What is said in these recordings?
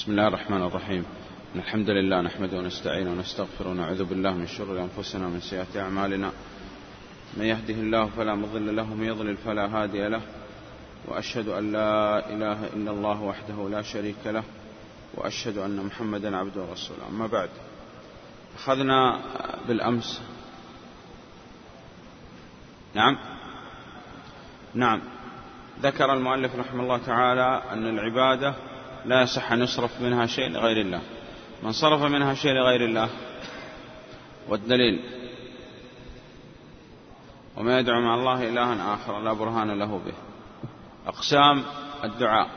بسم الله الرحمن الرحيم. الحمد لله نحمده ونستعينه ونستغفره ونعوذ بالله من شرور أنفسنا ومن سيئات أعمالنا. من يهده الله فلا مضل له ومن يضلل فلا هادي له، وأشهد أن لا إله إلا الله وحده لا شريك له، وأشهد أن محمدا عبده ورسوله. أما بعد، أخذنا بالأمس نعم ذكر المؤلف رحمه الله تعالى أن العبادة لا يصح أن يصرف منها شيء لغير الله. من صرف منها شيء لغير الله، والدليل: وما يدعو مع الله إلها آخر لا برهان له به. أقسام الدعاء: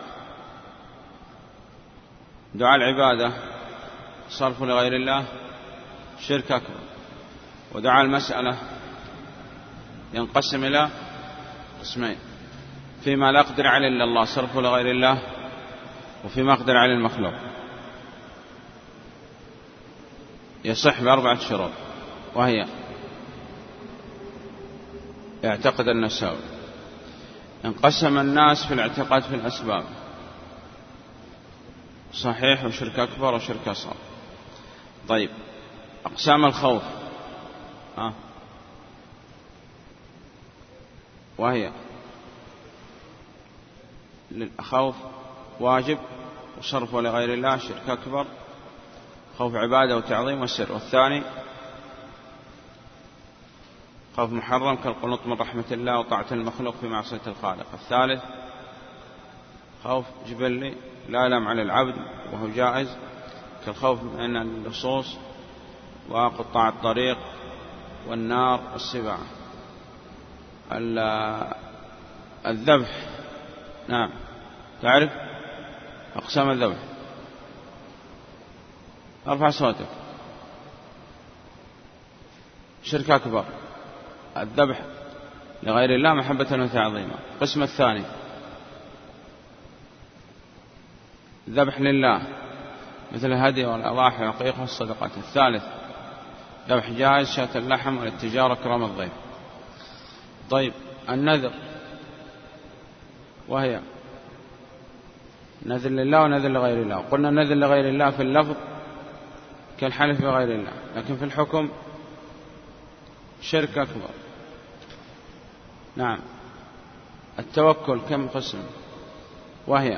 دعاء العبادة صرف لغير الله شرك أكبر، ودعاء المسألة ينقسم إلى قسمين: فيما لا يقدر عليه إلا الله صرف لغير الله، وفيما يقدر عليه المخلوق. يصح ب4 شروط، وهي: يعتقد النساوي. انقسم الناس في الاعتقاد في الأسباب: صحيح وشرك أكبر وشرك أصغر. طيب، أقسام الخوف وهي: الخوف واجب وصرفه لغير الله شرك أكبر، خوف عبادة وتعظيم وسر. والثاني خوف محرم كالقنوط من رحمة الله وطاعة المخلوق في معصية الخالق. الثالث خوف جبلي لا يلام على العبد وهو جائز كالخوف من اللصوص وقطاع الطريق والنار والسباع. الذبح، نعم، تعرف أقسام الذبح؟ ارفع صوتك. شرك أكبر الذبح لغير الله محبة وتعظيما. القسم الثاني الذبح لله مثل الهدي والأضاحي والعقيقة والصدقات. الثالث ذبح جائز شاة اللحم والتجارة كرام الضيف. طيب، النذر، وهي نذر لله ونذر لغير الله. قلنا النذر لغير الله في اللفظ كالحلف بغير الله، لكن في الحكم شرك أكبر. نعم. التوكل كم قسم؟ وهي: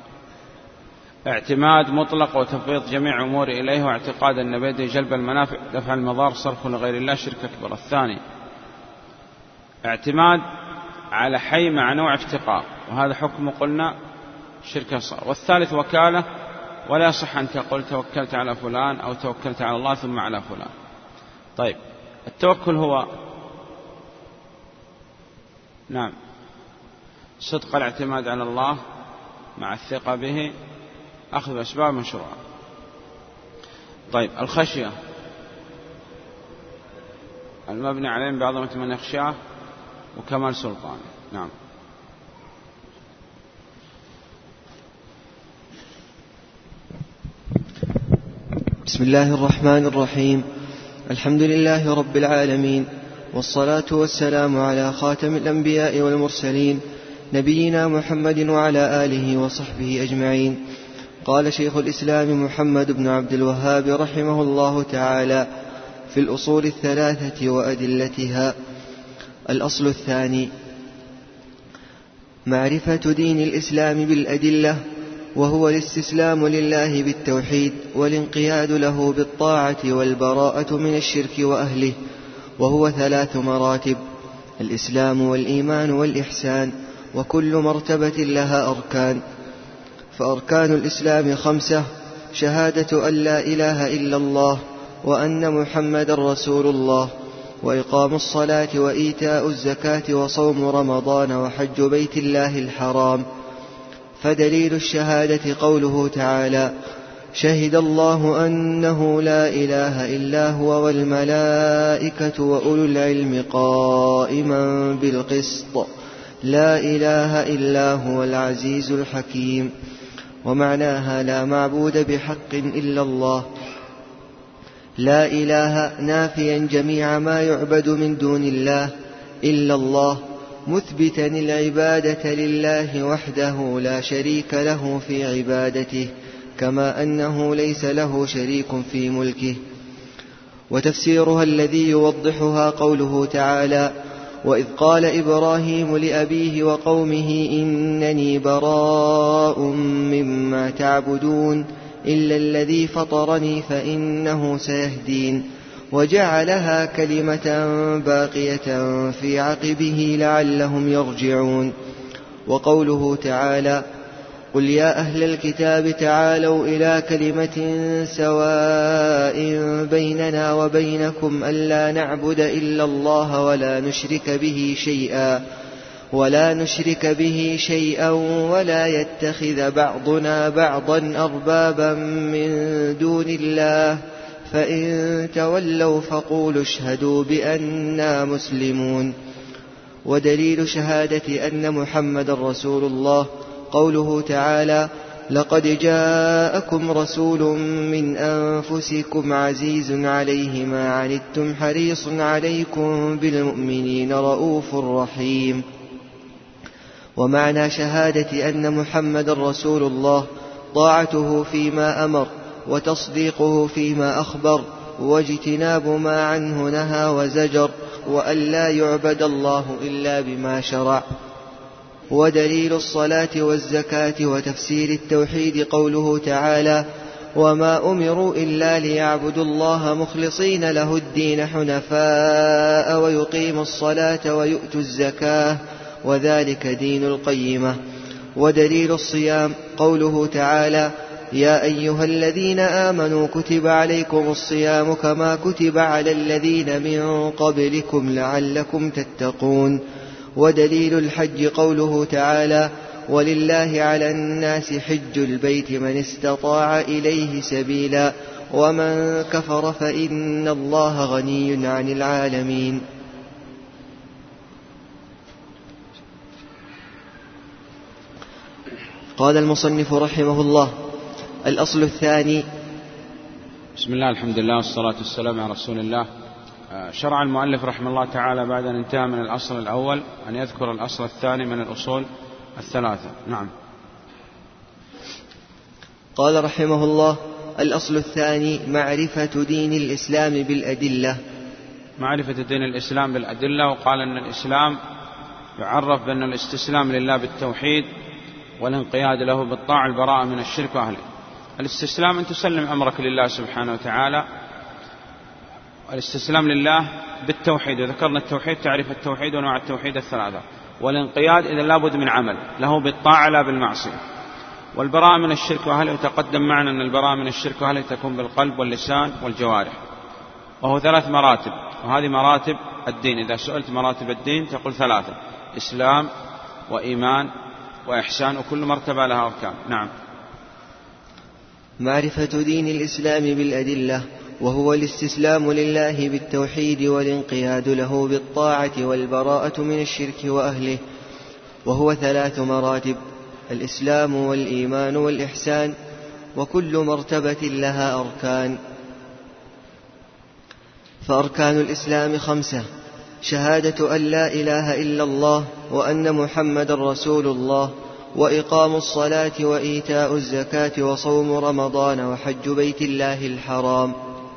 اعتماد مطلق وتفويض جميع أمور إليه، واعتقاد أن بيده جلب المنافع دفع المضار صرف لغير الله شرك أكبر. الثاني اعتماد على حي مع نوع افتقار، وهذا حكم قلنا شرك أصغر. والثالث وكالة، ولا يصح أن تقول توكلت على فلان أو توكلت على الله ثم على فلان. طيب، التوكل هو نعم صدق الاعتماد على الله مع الثقة به، أخذ أسباب مشروعة. طيب، الخشية المبني عليهم بعظمة من يخشاه وكمال سلطانه. نعم. بسم الله الرحمن الرحيم. الحمد لله رب العالمين، والصلاة والسلام على خاتم الأنبياء والمرسلين نبينا محمد وعلى آله وصحبه أجمعين. قال شيخ الإسلام محمد بن عبد الوهاب رحمه الله تعالى في الأصول 3 وأدلتها: الأصل الثاني معرفة دين الإسلام بالأدلة، وهو الاستسلام لله بالتوحيد والانقياد له بالطاعة والبراءة من الشرك وأهله، وهو 3 مراتب: الإسلام والإيمان والإحسان، وكل مرتبة لها أركان. فأركان الإسلام 5: شهادة أن لا إله إلا الله وأن محمد رسول الله، وإقام الصلاة وإيتاء الزكاة وصوم رمضان وحج بيت الله الحرام. فدليل الشهادة قوله تعالى: شهد الله أنه لا إله إلا هو والملائكة وأولو العلم قائما بالقسط لا إله إلا هو العزيز الحكيم. ومعناها: لا معبود بحق إلا الله. لا إله نافيا جميع ما يعبد من دون الله إلا الله، مثبتا العبادة لله وحده لا شريك له في عبادته، كما أنه ليس له شريك في ملكه. وتفسيرها الذي يوضحها قوله تعالى: وإذ قال إبراهيم لأبيه وقومه إنني براء مما تعبدون إلا الذي فطرني فإنه سيهدين، وجعلها كلمة باقية في عقبه لعلهم يرجعون. وقوله تعالى: قل يا أهل الكتاب تعالوا إلى كلمة سواء بيننا وبينكم ألا نعبد إلا الله ولا نشرك به شيئا ولا يتخذ بعضنا بعضا أربابا من دون الله، فإن تولوا فقولوا اشهدوا بأننا مسلمون. ودليل شهادة أن محمد رسول الله قوله تعالى: لقد جاءكم رسول من أنفسكم عزيز عليه ما عنتم حريص عليكم بالمؤمنين رؤوف رحيم. ومعنى شهادة أن محمد رسول الله طاعته فيما أمر وتصديقه فيما أخبر واجتناب ما عنه نهى وزجر، وأن لا يعبد الله إلا بما شرع. ودليل الصلاة والزكاة وتفسير التوحيد قوله تعالى: وما أمروا إلا ليعبدوا الله مخلصين له الدين حنفاء ويقيموا الصلاة ويؤتوا الزكاة وذلك دين القيمة. ودليل الصيام قوله تعالى: يا أيها الذين آمنوا كتب عليكم الصيام كما كتب على الذين من قبلكم لعلكم تتقون. ودليل الحج قوله تعالى: ولله على الناس حج البيت من استطاع إليه سبيلا ومن كفر فإن الله غني عن العالمين. قال المصنف رحمه الله: الأصل الثاني. بسم الله، الحمد لله والصلاة والسلام على رسول الله. شرع المؤلف رحمه الله تعالى بعد أن انتهى من الأصل الأول أن يذكر الأصل الثاني من الأصول الثلاثة. نعم. قال رحمه الله: الأصل الثاني معرفة دين الإسلام بالأدلة. معرفة دين الإسلام بالأدلة. وقال أن الإسلام يعرف بأن الاستسلام لله بالتوحيد والانقياد له بالطاعة، البراءة من الشرك وأهله. الاستسلام أن تسلم أمرك لله سبحانه وتعالى، الاستسلام لله بالتوحيد، وذكرنا التوحيد تعرف التوحيد ونوع التوحيد الثلاثة. والانقياد إذا لابد من عمل له بالطاعة لا بالمعصية. والبراءة من الشرك وأهله، وتقدم معنا أن البراءة من الشرك وأهله تكون بالقلب واللسان والجوارح، وهو 3 مراتب، وهذه مراتب الدين. إذا سئلت مراتب الدين تقول 3: إسلام وإيمان وإحسان، وكل مرتبة لها أركان. نعم. معرفة دين الإسلام بالأدلة، وهو الاستسلام لله بالتوحيد والانقياد له بالطاعة والبراءة من الشرك وأهله، وهو 3 مراتب: الإسلام والإيمان والإحسان، وكل مرتبة لها أركان. فأركان الإسلام 5: شهادة أن لا إله إلا الله وأن محمد رسول الله، وإقام الصلاة وإيتاء الزكاة وصوم رمضان وحج بيت الله الحرام.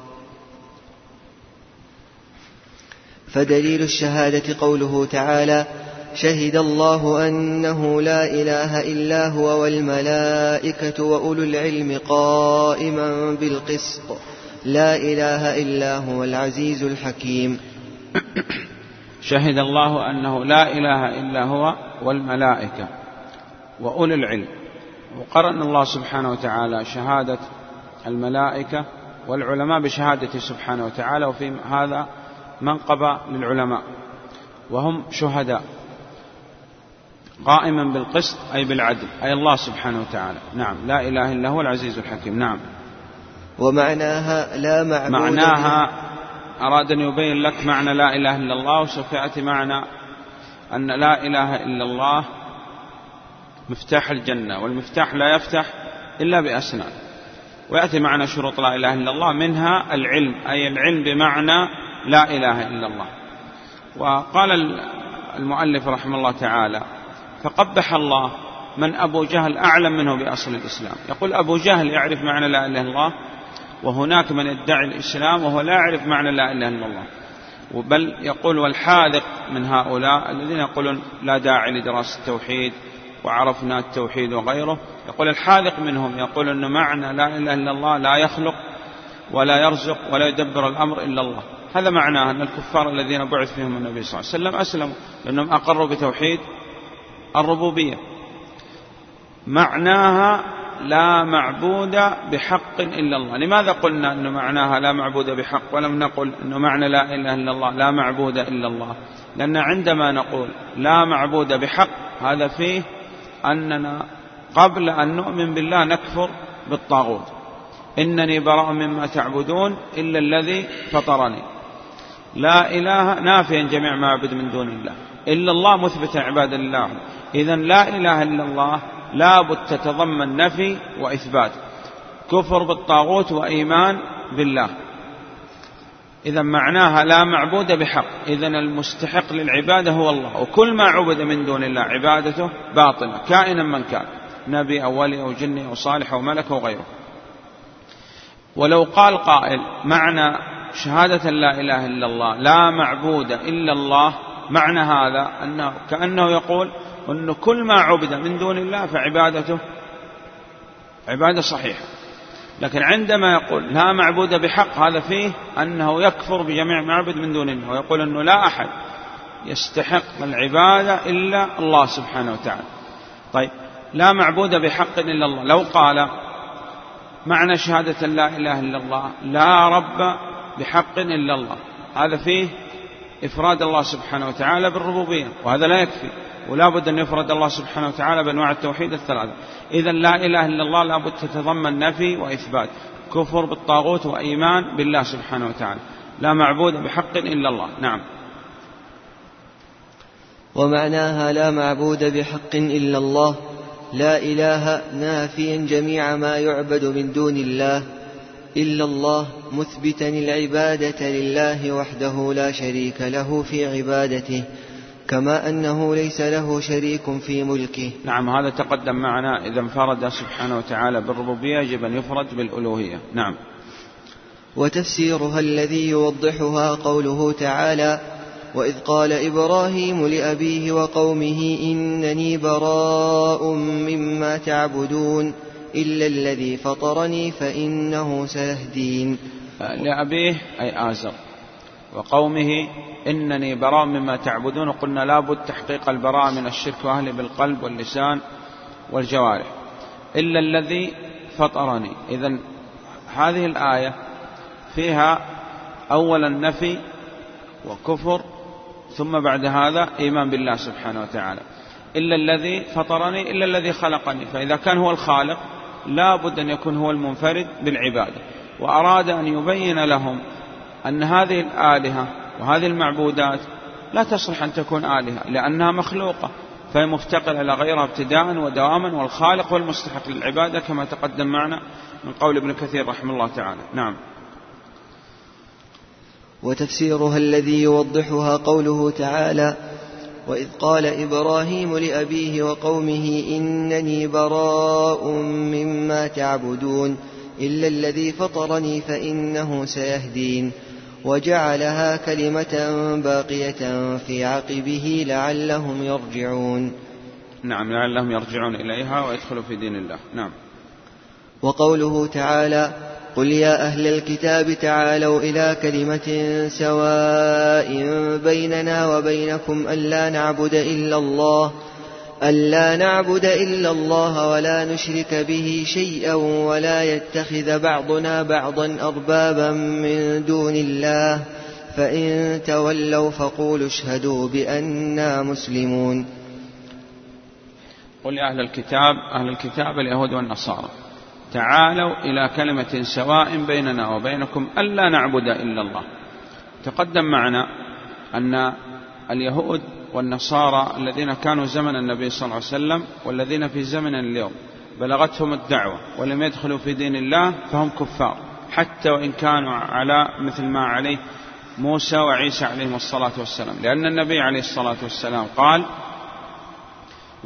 فدليل الشهادة قوله تعالى: شهد الله أنه لا إله إلا هو والملائكة وأولو العلم قائما بالقسط لا إله إلا هو العزيز الحكيم. شهد الله أنه لا إله إلا هو والملائكة وأولو العلم. وقرن الله سبحانه وتعالى شهادة الملائكة والعلماء بشهادته سبحانه وتعالى، وفي هذا منقبة للعلماء وهم شهداء، قائما بالقسط أي بالعدل، أي الله سبحانه وتعالى. نعم. لا إله إلا هو العزيز الحكيم. نعم. ومعناها لا معبود. معناها أراد أن يبين لك معنى لا إله إلا الله، وسوف يأتي معنى أن لا إله إلا الله مفتاح الجنة، والمفتاح لا يفتح إلا بأسنان. ويأتي معنى شروط لا إله إلا الله، منها العلم، أي العلم بمعنى لا إله إلا الله. وقال المؤلف رحمه الله تعالى: فقبح الله من أبو جهل أعلم منه بأصل الإسلام. يقول أبو جهل يعرف معنى لا إله إلا الله، وهناك من يدعي الإسلام وهو لا يعرف معنى لا إله إلا الله. بل يقول والحاذق من هؤلاء الذين يقولون لا داعي لدراسة التوحيد وعرفنا التوحيد وغيره، يقول الحاذق منهم يقول أن معنى لا إله إلا الله لا يخلق ولا يرزق ولا يدبر الأمر إلا الله. هذا معناه أن الكفار الذين بعث فيهم النبي صلى الله عليه وسلم أسلموا لأنهم أقروا بتوحيد الربوبية. معناها لا معبود بحق إلا الله. لماذا قلنا أن معناها لا معبود بحق ولم نقل أن معنى لا إله إلا الله لا معبود إلا الله؟ لأن عندما نقول لا معبود بحق هذا فيه أننا قبل أن نؤمن بالله نكفر بالطاغوت. إنني براء مما تعبدون إلا الذي فطرني. لا إله نافيا جميع ما يعبد من دون الله، إلا الله مثبت عباد الله. إذن لا إله إلا الله لابد تتضمن نفي وإثبات، كفر بالطاغوت وإيمان بالله. إذن معناها لا معبود بحق، إذن المستحق للعبادة هو الله، وكل ما عبد من دون الله عبادته باطلة كائنا من كان، نبي أو ولي أو جني أو صالح أو ملك أو غيره. ولو قال قائل معنى شهادة لا إله إلا الله لا معبود إلا الله، معنى هذا أنه كأنه يقول أن كل ما عبد من دون الله فعبادته عبادة صحيحة. لكن عندما يقول لا معبود بحق هذا فيه أنه يكفر بجميع ما يعبد من دون الله، ويقول أنه لا أحد يستحق العبادة إلا الله سبحانه وتعالى. طيب لا معبود بحق إلا الله، لو قال معنى شهادة لا إله إلا الله لا رب بحق إلا الله، هذا فيه إفراد الله سبحانه وتعالى بالربوبية، وهذا لا يكفي، ولا بد أن يفرد الله سبحانه وتعالى بأنواع التوحيد الثلاثة. إذن لا إله إلا الله لا بد تتضمن نفي وإثبات، كفر بالطاغوت وإيمان بالله سبحانه وتعالى. لا معبود بحق إلا الله. نعم. ومعناها لا معبود بحق إلا الله لا إله نافيا جميع ما يعبد من دون الله إلا الله، مثبتا العبادة لله وحده لا شريك له في عبادته، كما أنه ليس له شريك في ملكه. نعم، هذا تقدم معنا. إذا انفرد سبحانه وتعالى بالربوبية يجب أن يفرد بالألوهية. نعم. وتفسيرها الذي يوضحها قوله تعالى: وإذ قال إبراهيم لأبيه وقومه إنني براء مما تعبدون إلا الذي فطرني فإنه سيهدين. لأبيه أي آزر، وقومه إنني براء مما تعبدون. قلنا لابد تحقيق البراء من الشرك وأهله بالقلب واللسان والجوارح. إلا الذي فطرني. إذن هذه الآية فيها أولا نفي وكفر، ثم بعد هذا إيمان بالله سبحانه وتعالى. إلا الذي فطرني، إلا الذي خلقني. فإذا كان هو الخالق لا بد أن يكون هو المنفرد بالعبادة. وأراد أن يبين لهم أن هذه الآلهة وهذه المعبودات لا تصلح أن تكون آلهة لأنها مخلوقة، فهي مفتقرة إلى غيرها ابتداء ودواما، والخالق هو المستحق للعبادة كما تقدم معنا من قول ابن كثير رحمه الله تعالى. نعم. وتفسيرها الذي يوضحها قوله تعالى: وإذ قال إبراهيم لأبيه وقومه إنني براء مما تعبدون إلا الذي فطرني فإنه سيهدين، وجعلها كلمة باقية في عقبه لعلهم يرجعون. نعم، لعلهم يرجعون إليها ويدخلوا في دين الله. نعم. وقوله تعالى: قل يا أهل الكتاب تعالوا إلى كلمة سواء بيننا وبينكم ألا نعبد إلا الله ولا نشرك به شيئا ولا يتخذ بعضنا بعضا أربابا من دون الله فإن تولوا فقولوا اشهدوا بأننا مسلمون. قل يا أهل الكتاب اليهود والنصارى تعالوا إلى كلمة سواء بيننا وبينكم ألا نعبد إلا الله. تقدم معنا أن اليهود والنصارى الذين كانوا زمن النبي صلى الله عليه وسلم والذين في زمن اليوم بلغتهم الدعوة ولم يدخلوا في دين الله فهم كفار، حتى وإن كانوا على مثل ما عليه موسى وعيسى عليهم الصلاة والسلام، لأن النبي عليه الصلاة والسلام قال: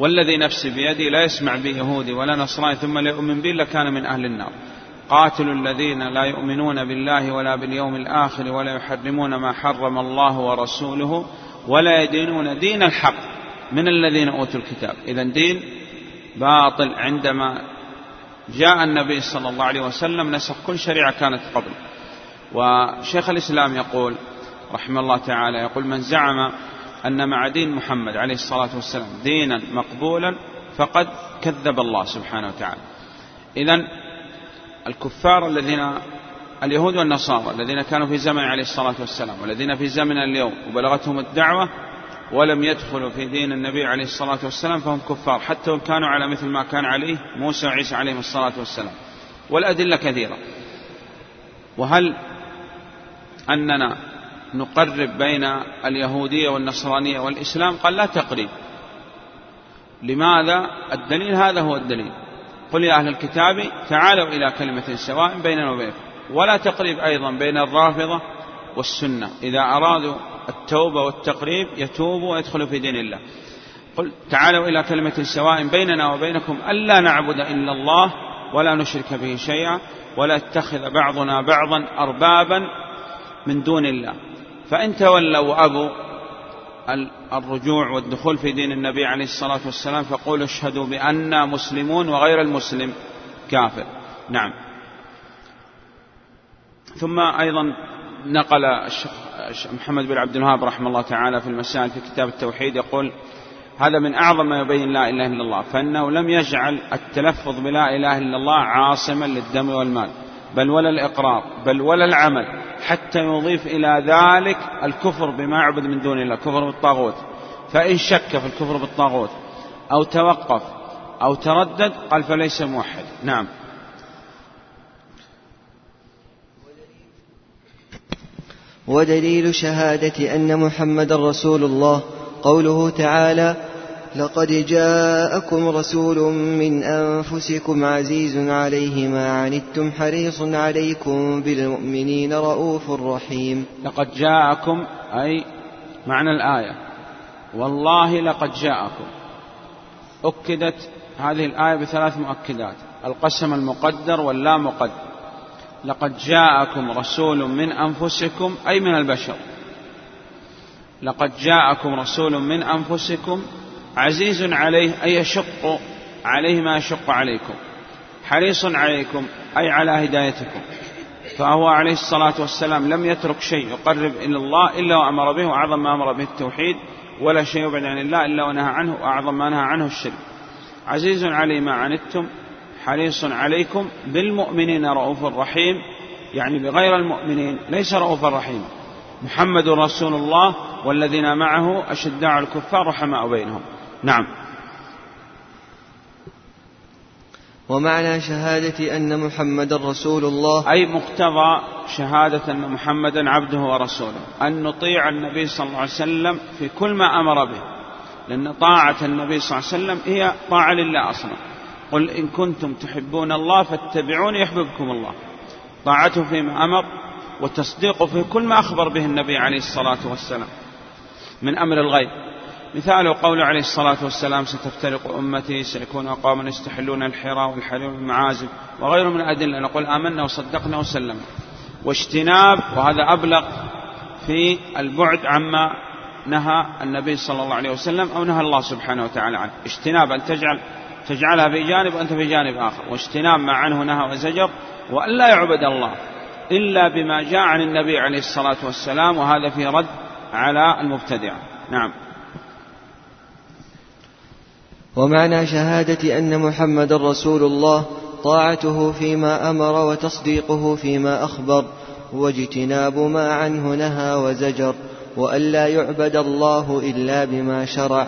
والذي نفسي بيدي لا يسمع بي يهودي ولا نصراني ثم لا يؤمن بي لكان من أهل النار. قاتلوا الذين لا يؤمنون بالله ولا باليوم الآخر ولا يحرمون ما حرم الله ورسوله ولا يدينون دين الحق من الذين أوتوا الكتاب. إذن دين باطل. عندما جاء النبي صلى الله عليه وسلم نسخ كل شريعة كانت قبل. وشيخ الإسلام يقول رحمه الله تعالى يقول: من زعم أن مع دين محمد عليه الصلاة والسلام دينا مقبولا فقد كذب الله سبحانه وتعالى. إذن الكفار الذين اليهود والنصارى الذين كانوا في زمن عليه الصلاة والسلام والذين في زمن اليوم وبلغتهم الدعوة ولم يدخلوا في دين النبي عليه الصلاة والسلام فهم كفار، حتى كانوا على مثل ما كان عليه موسى وعيسى عليهم الصلاة والسلام. والأدلة كثيرة. وهل أننا نقرب بين اليهودية والنصرانية والإسلام؟ قال: لا تقريب. لماذا؟ الدليل هذا هو الدليل: قل يا أهل الكتاب تعالوا إلى كلمة سواء بيننا وبينكم. ولا تقريب أيضا بين الرافضة والسنة، إذا أرادوا التوبة والتقريب يتوبوا ويدخلوا في دين الله. قل تعالوا إلى كلمة سواء بيننا وبينكم ألا نعبد إلا الله ولا نشرك به شيئا ولا يتخذ بعضنا بعضا أربابا من دون الله. فإن تولوا أبوا الرجوع والدخول في دين النبي عليه الصلاة والسلام فقولوا اشهدوا بأننا مسلمون وغير المسلم كافر. نعم. ثم أيضا نقل الشيخ محمد بن عبد الوهاب رحمه الله تعالى في المسائل في كتاب التوحيد يقول: هذا من أعظم ما يبين لا إله إلا الله، فإنه لم يجعل التلفظ بلا إله إلا الله عاصما للدم والمال بل ولا الإقرار بل ولا العمل، حتى يضيف إلى ذلك الكفر بما يعبد من دون الله، كفر بالطاغوت. فإن شك في الكفر بالطاغوت أو توقف أو تردد قال فليس موحد. نعم. ودليل شهادة أن محمد رسول الله قوله تعالى: لقد جاءكم رسول من أنفسكم عزيز عليه ما عنتم حريص عليكم بالمؤمنين رؤوف رحيم. لقد جاءكم أي معنى الآية والله لقد جاءكم. أكدت هذه الآية بثلاث مؤكدات: القسم المقدر واللا مقدر. لقد جاءكم رسول من أنفسكم أي من البشر. لقد جاءكم رسول من أنفسكم عزيز عليه أي يشق عليه ما يشق عليكم، حريص عليكم أي على هدايتكم. فهو عليه الصلاة والسلام لم يترك شيء يقرب إلى الله إلا وأمر به، وأعظم ما أمر به التوحيد، ولا شيء يبعد عن الله إلا ونهى عنه، وأعظم ما نهى عنه الشرك. عزيز عليه ما عنتم حريص عليكم بالمؤمنين رؤوف رحيم، يعني بغير المؤمنين ليس رؤوف رحيم. محمد رسول الله والذين معه أشداء على الكفار رحماء بينهم. نعم. ومعنى شهادة أن محمد رسول الله أي مقتضى شهادة أن محمدا عبده ورسوله أن نطيع النبي صلى الله عليه وسلم في كل ما أمر به، لأن طاعة النبي صلى الله عليه وسلم هي طاعة لله أصلا. قل إن كنتم تحبون الله فاتبعوني يحببكم الله. طاعته فيما أمر وتصديقه في كل ما أخبر به النبي عليه الصلاة والسلام من أمر الغيب. مثاله قوله عليه الصلاة والسلام: ستفترق أمتي سيكون أقواما يستحلون الحرى والحرير والمعازف، وغيره من الأدلة. نقول آمنا وصدقنا وسلمنا. واجتناب، وهذا أبلغ في البعد عما نهى النبي صلى الله عليه وسلم أو نهى الله سبحانه وتعالى عنه. اجتناب أن تجعلها في جانب وأنت في جانب آخر، واجتناب ما عنه نهى وزجر، وأن لا يعبد الله إلا بما جاء عن النبي عليه الصلاة والسلام، وهذا في رد على المبتدع. نعم. ومعنى شهادة أن محمد رسول الله طاعته فيما أمر وتصديقه فيما أخبر، واجتناب ما عنه نهى وزجر، وأن لا يعبد الله إلا بما شرع.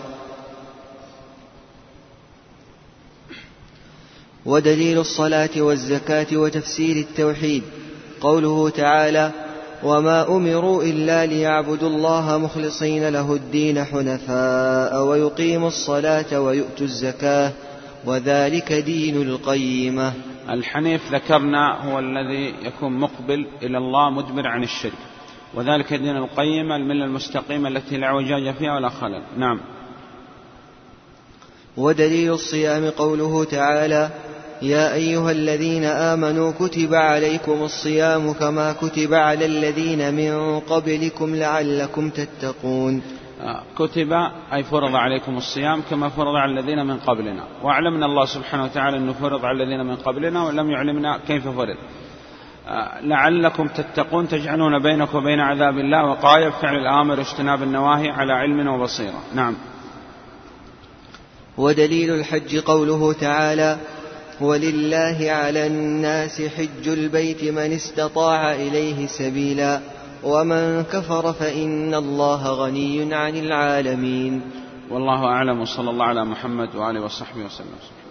ودليل الصلاة والزكاة وتفسير التوحيد قوله تعالى: وما أمروا إلا ليعبدوا الله مخلصين له الدين حنفاء ويقيموا الصلاة ويؤتوا الزكاة وذلك دين القيمة. الحنيف ذكرنا هو الذي يكون مقبل إلى الله مدبر عن الشرك، وذلك دين القيمة الملة المستقيمة التي لا اعوجاج فيها ولا خلل. نعم. ودليل الصيام قوله تعالى: يا أيها الذين آمنوا كتب عليكم الصيام كما كتب على الذين من قبلكم لعلكم تتقون. كتب أي فرض عليكم الصيام كما فرض على الذين من قبلنا، وأعلمنا الله سبحانه وتعالى أنه فرض على الذين من قبلنا ولم يعلمنا كيف فرض. لعلكم تتقون تجعلون بينك وبين عذاب الله وقاية فعل الآمر واجتناب النواهي على علم وبصيرة. نعم. ودليل الحج قوله تعالى: ولله على الناس حج البيت من استطاع إليه سبيلا ومن كفر فإن الله غني عن العالمين. والله أعلم، وصلى الله على محمد وآله وصحبه وسلم.